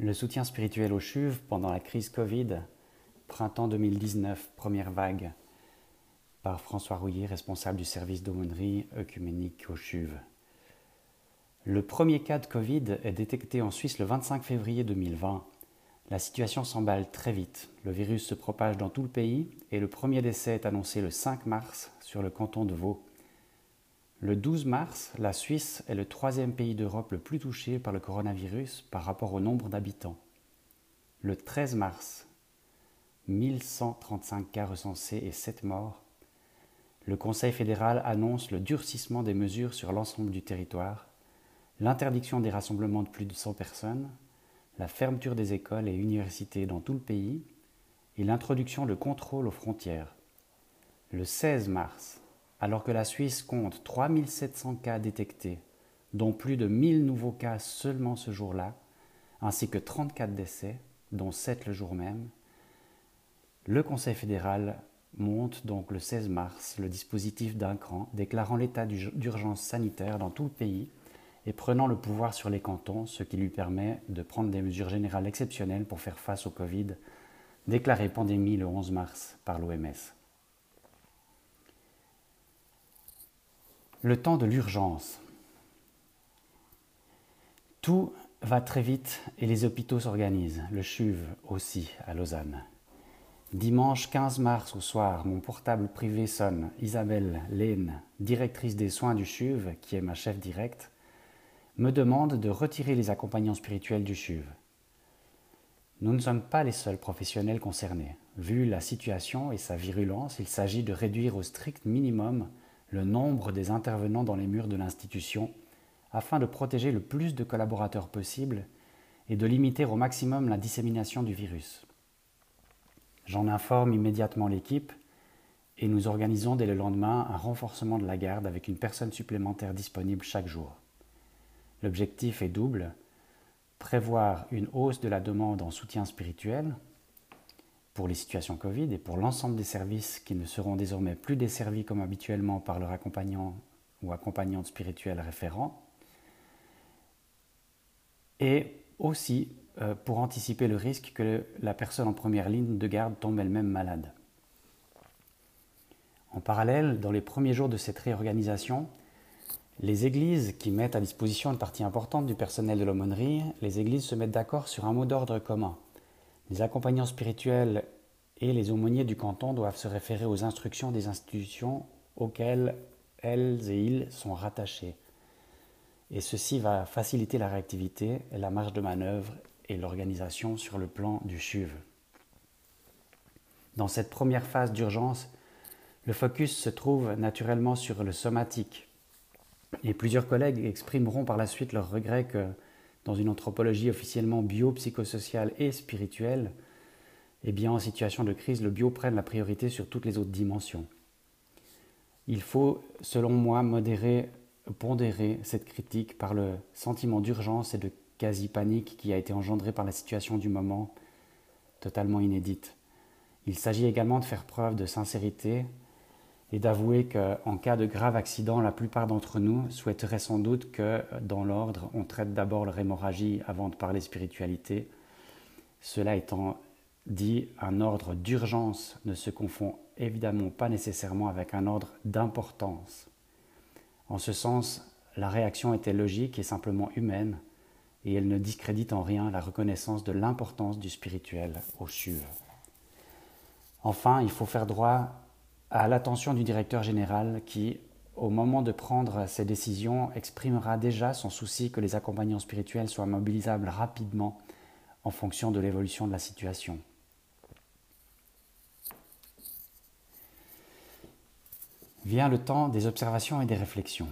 Le soutien spirituel aux CHUV pendant la crise Covid, printemps 2019, première vague, par François Rouillet, responsable du service d'aumônerie œcuménique aux CHUV. Le premier cas de Covid est détecté en Suisse le 25 février 2020. La situation s'emballe très vite. Le virus se propage dans tout le pays et le premier décès est annoncé le 5 mars sur le canton de Vaud. Le 12 mars, la Suisse est le troisième pays d'Europe le plus touché par le coronavirus par rapport au nombre d'habitants. Le 13 mars, 1135 cas recensés et 7 morts. Le Conseil fédéral annonce le durcissement des mesures sur l'ensemble du territoire, l'interdiction des rassemblements de plus de 100 personnes, la fermeture des écoles et universités dans tout le pays et l'introduction de contrôles aux frontières. Le 16 mars, alors que la Suisse compte 3700 cas détectés, dont plus de 1000 nouveaux cas seulement ce jour-là, ainsi que 34 décès, dont 7 le jour même, le Conseil fédéral monte donc le 16 mars le dispositif d'un cran, déclarant l'état d'urgence sanitaire dans tout le pays et prenant le pouvoir sur les cantons, ce qui lui permet de prendre des mesures générales exceptionnelles pour faire face au Covid, déclaré pandémie le 11 mars par l'OMS. Le temps de l'urgence. Tout va très vite et les hôpitaux s'organisent, le CHUV aussi à Lausanne. Dimanche 15 mars au soir, mon portable privé sonne. Isabelle Lehne, directrice des soins du CHUV, qui est ma chef directe, me demande de retirer les accompagnants spirituels du CHUV. Nous ne sommes pas les seuls professionnels concernés. Vu la situation et sa virulence, il s'agit de réduire au strict minimum le nombre des intervenants dans les murs de l'institution afin de protéger le plus de collaborateurs possible et de limiter au maximum la dissémination du virus. J'en informe immédiatement l'équipe et nous organisons dès le lendemain un renforcement de la garde avec une personne supplémentaire disponible chaque jour. L'objectif est double, prévoir une hausse de la demande en soutien spirituel pour les situations Covid et pour l'ensemble des services qui ne seront désormais plus desservis comme habituellement par leur accompagnant ou accompagnante spirituelle référent, et aussi pour anticiper le risque que la personne en première ligne de garde tombe elle-même malade. En parallèle, dans les premiers jours de cette réorganisation, les églises qui mettent à disposition une partie importante du personnel de l'aumônerie, les églises se mettent d'accord sur un mot d'ordre commun. Les accompagnants spirituels et les aumôniers du canton doivent se référer aux instructions des institutions auxquelles elles et ils sont rattachés. Et ceci va faciliter la réactivité, la marge de manœuvre et l'organisation sur le plan du CHUV. Dans cette première phase d'urgence, le focus se trouve naturellement sur le somatique. Et plusieurs collègues exprimeront par la suite leur regret que, dans une anthropologie officiellement bio-psychosociale et spirituelle, eh bien, en situation de crise, le bio prenne la priorité sur toutes les autres dimensions. Il faut, selon moi, pondérer cette critique par le sentiment d'urgence et de quasi-panique qui a été engendré par la situation du moment, totalement inédite. Il s'agit également de faire preuve de sincérité et d'avouer qu'en cas de grave accident, la plupart d'entre nous souhaiteraient sans doute que, dans l'ordre, on traite d'abord leur hémorragie avant de parler spiritualité. Cela étant dit, un ordre d'urgence ne se confond évidemment pas nécessairement avec un ordre d'importance. En ce sens, la réaction était logique et simplement humaine, et elle ne discrédite en rien la reconnaissance de l'importance du spirituel au CHUV. Enfin, il faut faire droit à l'attention du directeur général qui, au moment de prendre ses décisions, exprimera déjà son souci que les accompagnants spirituels soient mobilisables rapidement en fonction de l'évolution de la situation. Vient le temps des observations et des réflexions.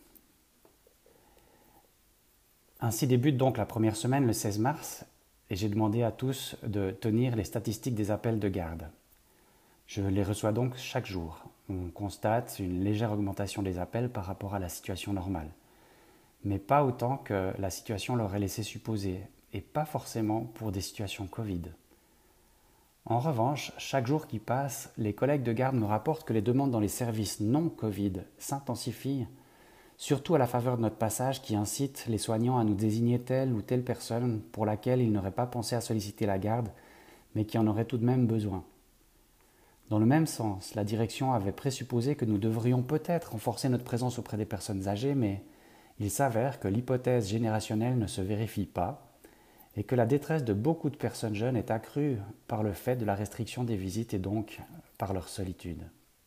Ainsi débute donc la première semaine le 16 mars et j'ai demandé à tous de tenir les statistiques des appels de garde. Je les reçois donc chaque jour. On constate une légère augmentation des appels par rapport à la situation normale, mais pas autant que la situation l'aurait laissé supposer, et pas forcément pour des situations Covid. En revanche, chaque jour qui passe, les collègues de garde me rapportent que les demandes dans les services non Covid s'intensifient, surtout à la faveur de notre passage qui incite les soignants à nous désigner telle ou telle personne pour laquelle ils n'auraient pas pensé à solliciter la garde, mais qui en aurait tout de même besoin. Dans le même sens, la direction avait présupposé que nous devrions peut-être renforcer notre présence auprès des personnes âgées, mais il s'avère que l'hypothèse générationnelle ne se vérifie pas et que la détresse de beaucoup de personnes jeunes est accrue par le fait de la restriction des visites et donc par leur solitude.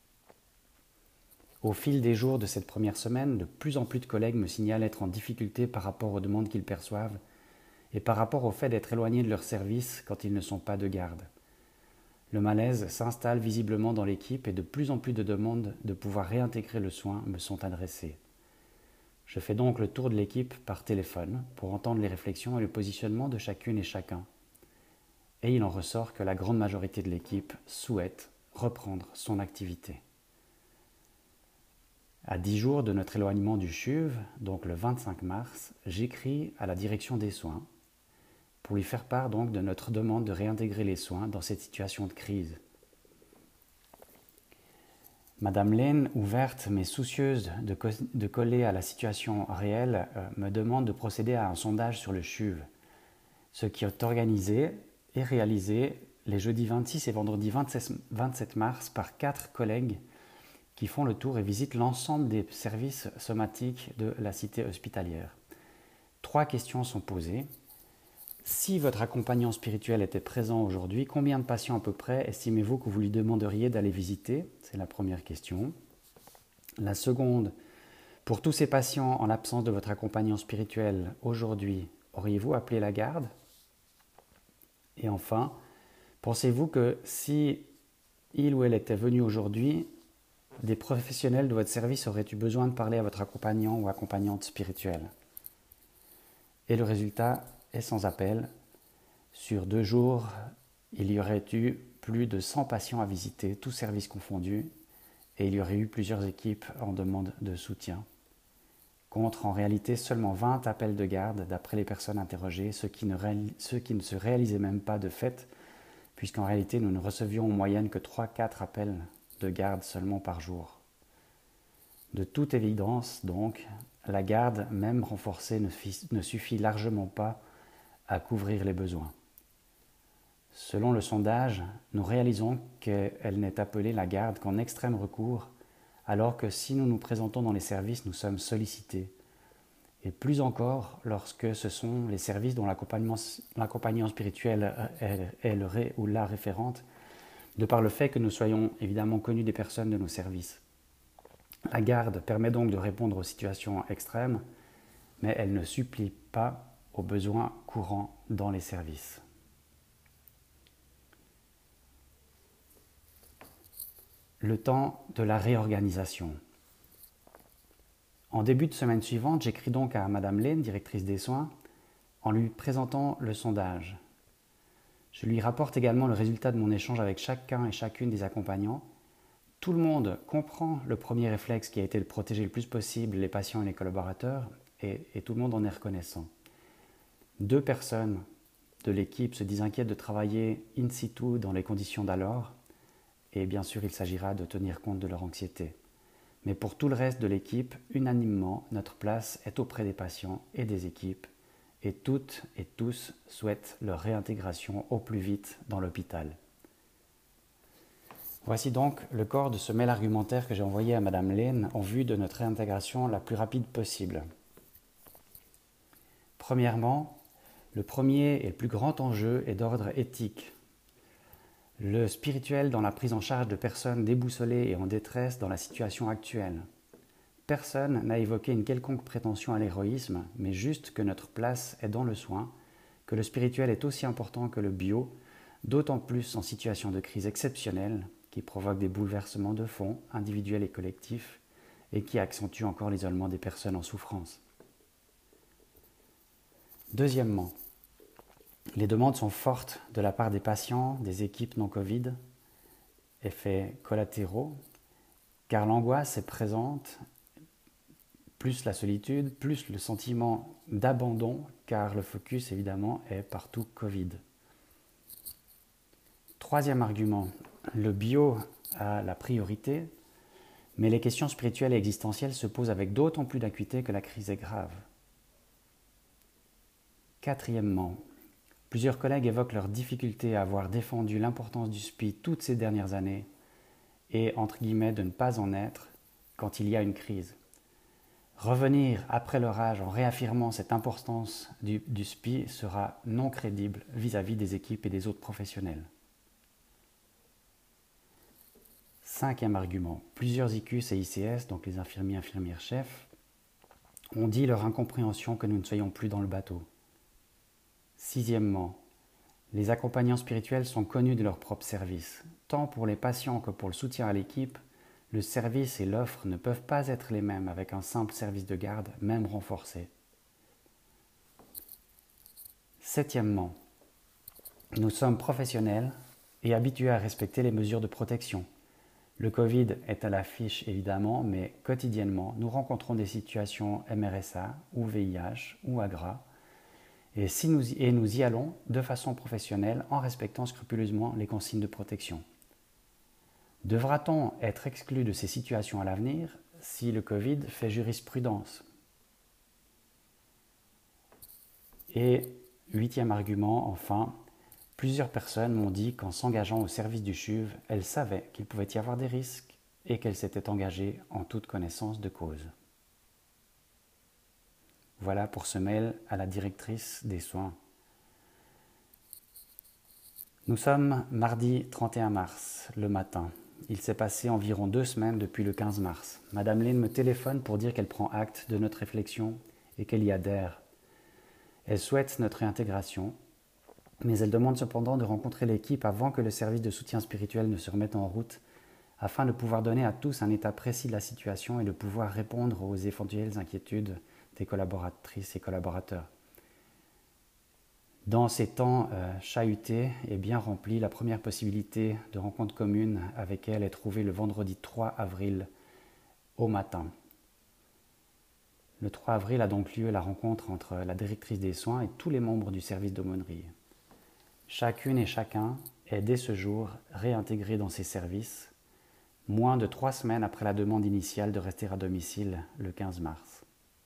Au fil des jours de cette première semaine, de plus en plus de collègues me signalent être en difficulté par rapport aux demandes qu'ils perçoivent et par rapport au fait d'être éloignés de leur service quand ils ne sont pas de garde. Le malaise s'installe visiblement dans l'équipe et de plus en plus de demandes de pouvoir réintégrer le soin me sont adressées. Je fais donc le tour de l'équipe par téléphone pour entendre les réflexions et le positionnement de chacune et chacun. Et il en ressort que la grande majorité de l'équipe souhaite reprendre son activité. À 10 jours de notre éloignement du CHUV, donc le 25 mars, j'écris à la direction des soins pour lui faire part donc de notre demande de réintégrer les soins dans cette situation de crise. Madame Lane, ouverte mais soucieuse de coller à la situation réelle, me demande de procéder à un sondage sur le CHUV, ce qui est organisé et réalisé les jeudis 26 et vendredi 27 mars par 4 collègues qui font le tour et visitent l'ensemble des services somatiques de la cité hospitalière. 3 questions sont posées. Si votre accompagnant spirituel était présent aujourd'hui, combien de patients à peu près estimez-vous que vous lui demanderiez d'aller visiter? C'est la première question. La seconde, pour tous ces patients en l'absence de votre accompagnant spirituel aujourd'hui, auriez-vous appelé la garde? Et enfin, pensez-vous que si il ou elle était venu aujourd'hui, des professionnels de votre service auraient eu besoin de parler à votre accompagnant ou accompagnante spirituelle? Et le résultat est sans appel. Sur 2 jours, il y aurait eu plus de 100 patients à visiter, tous services confondus, et il y aurait eu plusieurs équipes en demande de soutien. Contre en réalité seulement 20 appels de garde d'après les personnes interrogées, ce qui ne se réalisait même pas de fait, puisqu'en réalité nous ne recevions en moyenne que 3-4 appels de garde seulement par jour. De toute évidence, donc, la garde, même renforcée, ne suffit largement pas à couvrir les besoins. Selon le sondage, nous réalisons qu'elle n'est appelée la garde qu'en extrême recours, alors que si nous nous présentons dans les services, nous sommes sollicités. Et plus encore, lorsque ce sont les services dont l'accompagnant spirituel est le ou la référente, de par le fait que nous soyons évidemment connus des personnes de nos services. La garde permet donc de répondre aux situations extrêmes, mais elle ne supplie pas aux besoins courants dans les services. Le temps de la réorganisation. En début de semaine suivante, j'écris donc à Madame Lane, directrice des soins, en lui présentant le sondage. Je lui rapporte également le résultat de mon échange avec chacun et chacune des accompagnants. Tout le monde comprend le premier réflexe qui a été de protéger le plus possible les patients et les collaborateurs, et tout le monde en est reconnaissant. 2 personnes de l'équipe se disent inquiètes de travailler in situ dans les conditions d'alors, et bien sûr il s'agira de tenir compte de leur anxiété. Mais pour tout le reste de l'équipe, unanimement, notre place est auprès des patients et des équipes, et toutes et tous souhaitent leur réintégration au plus vite dans l'hôpital. Voici donc le corps de ce mail argumentaire que j'ai envoyé à Madame Lane en vue de notre réintégration la plus rapide possible. Premièrement, le premier et le plus grand enjeu est d'ordre éthique. Le spirituel dans la prise en charge de personnes déboussolées et en détresse dans la situation actuelle. Personne n'a évoqué une quelconque prétention à l'héroïsme, mais juste que notre place est dans le soin, que le spirituel est aussi important que le bio, d'autant plus en situation de crise exceptionnelle, qui provoque des bouleversements de fond, individuels et collectifs, et qui accentue encore l'isolement des personnes en souffrance. Deuxièmement, les demandes sont fortes de la part des patients, des équipes non-Covid, effets collatéraux, car l'angoisse est présente, plus la solitude, plus le sentiment d'abandon, car le focus évidemment est partout Covid. Troisième argument, le bio a la priorité, Mais les questions spirituelles et existentielles se posent avec d'autant plus d'acuité que la crise est grave. Quatrièmement, plusieurs collègues évoquent leur difficulté à avoir défendu l'importance du SPI toutes ces dernières années et, entre guillemets, de ne pas en être quand il y a une crise. Revenir après l'orage en réaffirmant cette importance du SPI sera non crédible vis-à-vis des équipes et des autres professionnels. Cinquième argument, plusieurs ICUS et ICS, donc les infirmiers et infirmières-chefs, ont dit leur incompréhension que nous ne soyons plus dans le bateau. Sixièmement, les accompagnants spirituels sont connus de leur propre service. Tant pour les patients que pour le soutien à l'équipe, le service et l'offre ne peuvent pas être les mêmes avec un simple service de garde, même renforcé. Septièmement, nous sommes professionnels et habitués à respecter les mesures de protection. Le Covid est à l'affiche évidemment, mais quotidiennement, nous rencontrons des situations MRSA ou VIH ou AGRA, et nous y allons de façon professionnelle en respectant scrupuleusement les consignes de protection. Devra-t-on être exclu de ces situations à l'avenir si le Covid fait jurisprudence? Et huitième argument, enfin, plusieurs personnes m'ont dit qu'en s'engageant au service du CHUV, elles savaient qu'il pouvait y avoir des risques et qu'elles s'étaient engagées en toute connaissance de cause. Voilà pour ce mail à la directrice des soins. Nous sommes mardi 31 mars, le matin. Il s'est passé environ 2 semaines depuis le 15 mars. Madame Lynn me téléphone pour dire qu'elle prend acte de notre réflexion et qu'elle y adhère. Elle souhaite notre réintégration, mais elle demande cependant de rencontrer l'équipe avant que le service de soutien spirituel ne se remette en route, afin de pouvoir donner à tous un état précis de la situation et de pouvoir répondre aux éventuelles inquiétudes des collaboratrices et collaborateurs. Dans ces temps chahutés et bien remplis, la première possibilité de rencontre commune avec elle est trouvée le vendredi 3 avril au matin. Le 3 avril a donc lieu la rencontre entre la directrice des soins et tous les membres du service d'aumônerie. Chacune et chacun est dès ce jour réintégré dans ses services, moins de 3 semaines après la demande initiale de rester à domicile le 15 mars.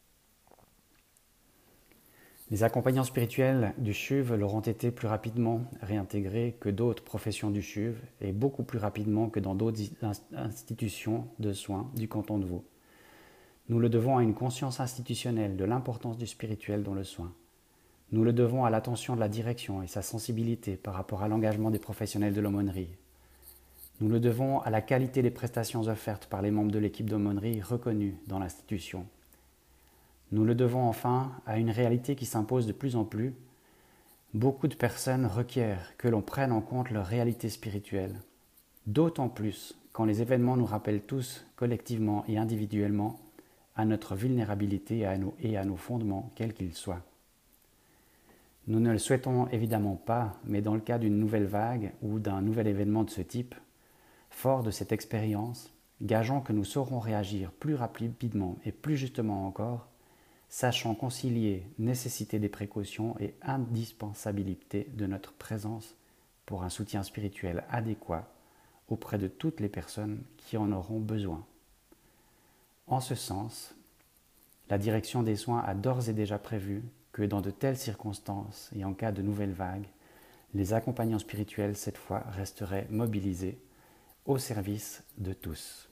Les accompagnants spirituels du CHUV leur ont été plus rapidement réintégrés que d'autres professions du CHUV et beaucoup plus rapidement que dans d'autres institutions de soins du canton de Vaud. Nous le devons à une conscience institutionnelle de l'importance du spirituel dans le soin. Nous le devons à l'attention de la direction et sa sensibilité par rapport à l'engagement des professionnels de l'aumônerie. Nous le devons à la qualité des prestations offertes par les membres de l'équipe d'aumônerie reconnus dans l'institution. Nous le devons enfin à une réalité qui s'impose de plus en plus. Beaucoup de personnes requièrent que l'on prenne en compte leur réalité spirituelle, d'autant plus quand les événements nous rappellent tous, collectivement et individuellement, à notre vulnérabilité et à nos fondements, quels qu'ils soient. Nous ne le souhaitons évidemment pas, mais dans le cas d'une nouvelle vague ou d'un nouvel événement de ce type, fort de cette expérience, gageons que nous saurons réagir plus rapidement et plus justement encore, sachant concilier nécessité des précautions et indispensabilité de notre présence pour un soutien spirituel adéquat auprès de toutes les personnes qui en auront besoin. En ce sens, la direction des soins a d'ores et déjà prévu que dans de telles circonstances et en cas de nouvelles vagues, les accompagnants spirituels cette fois resteraient mobilisés au service de tous.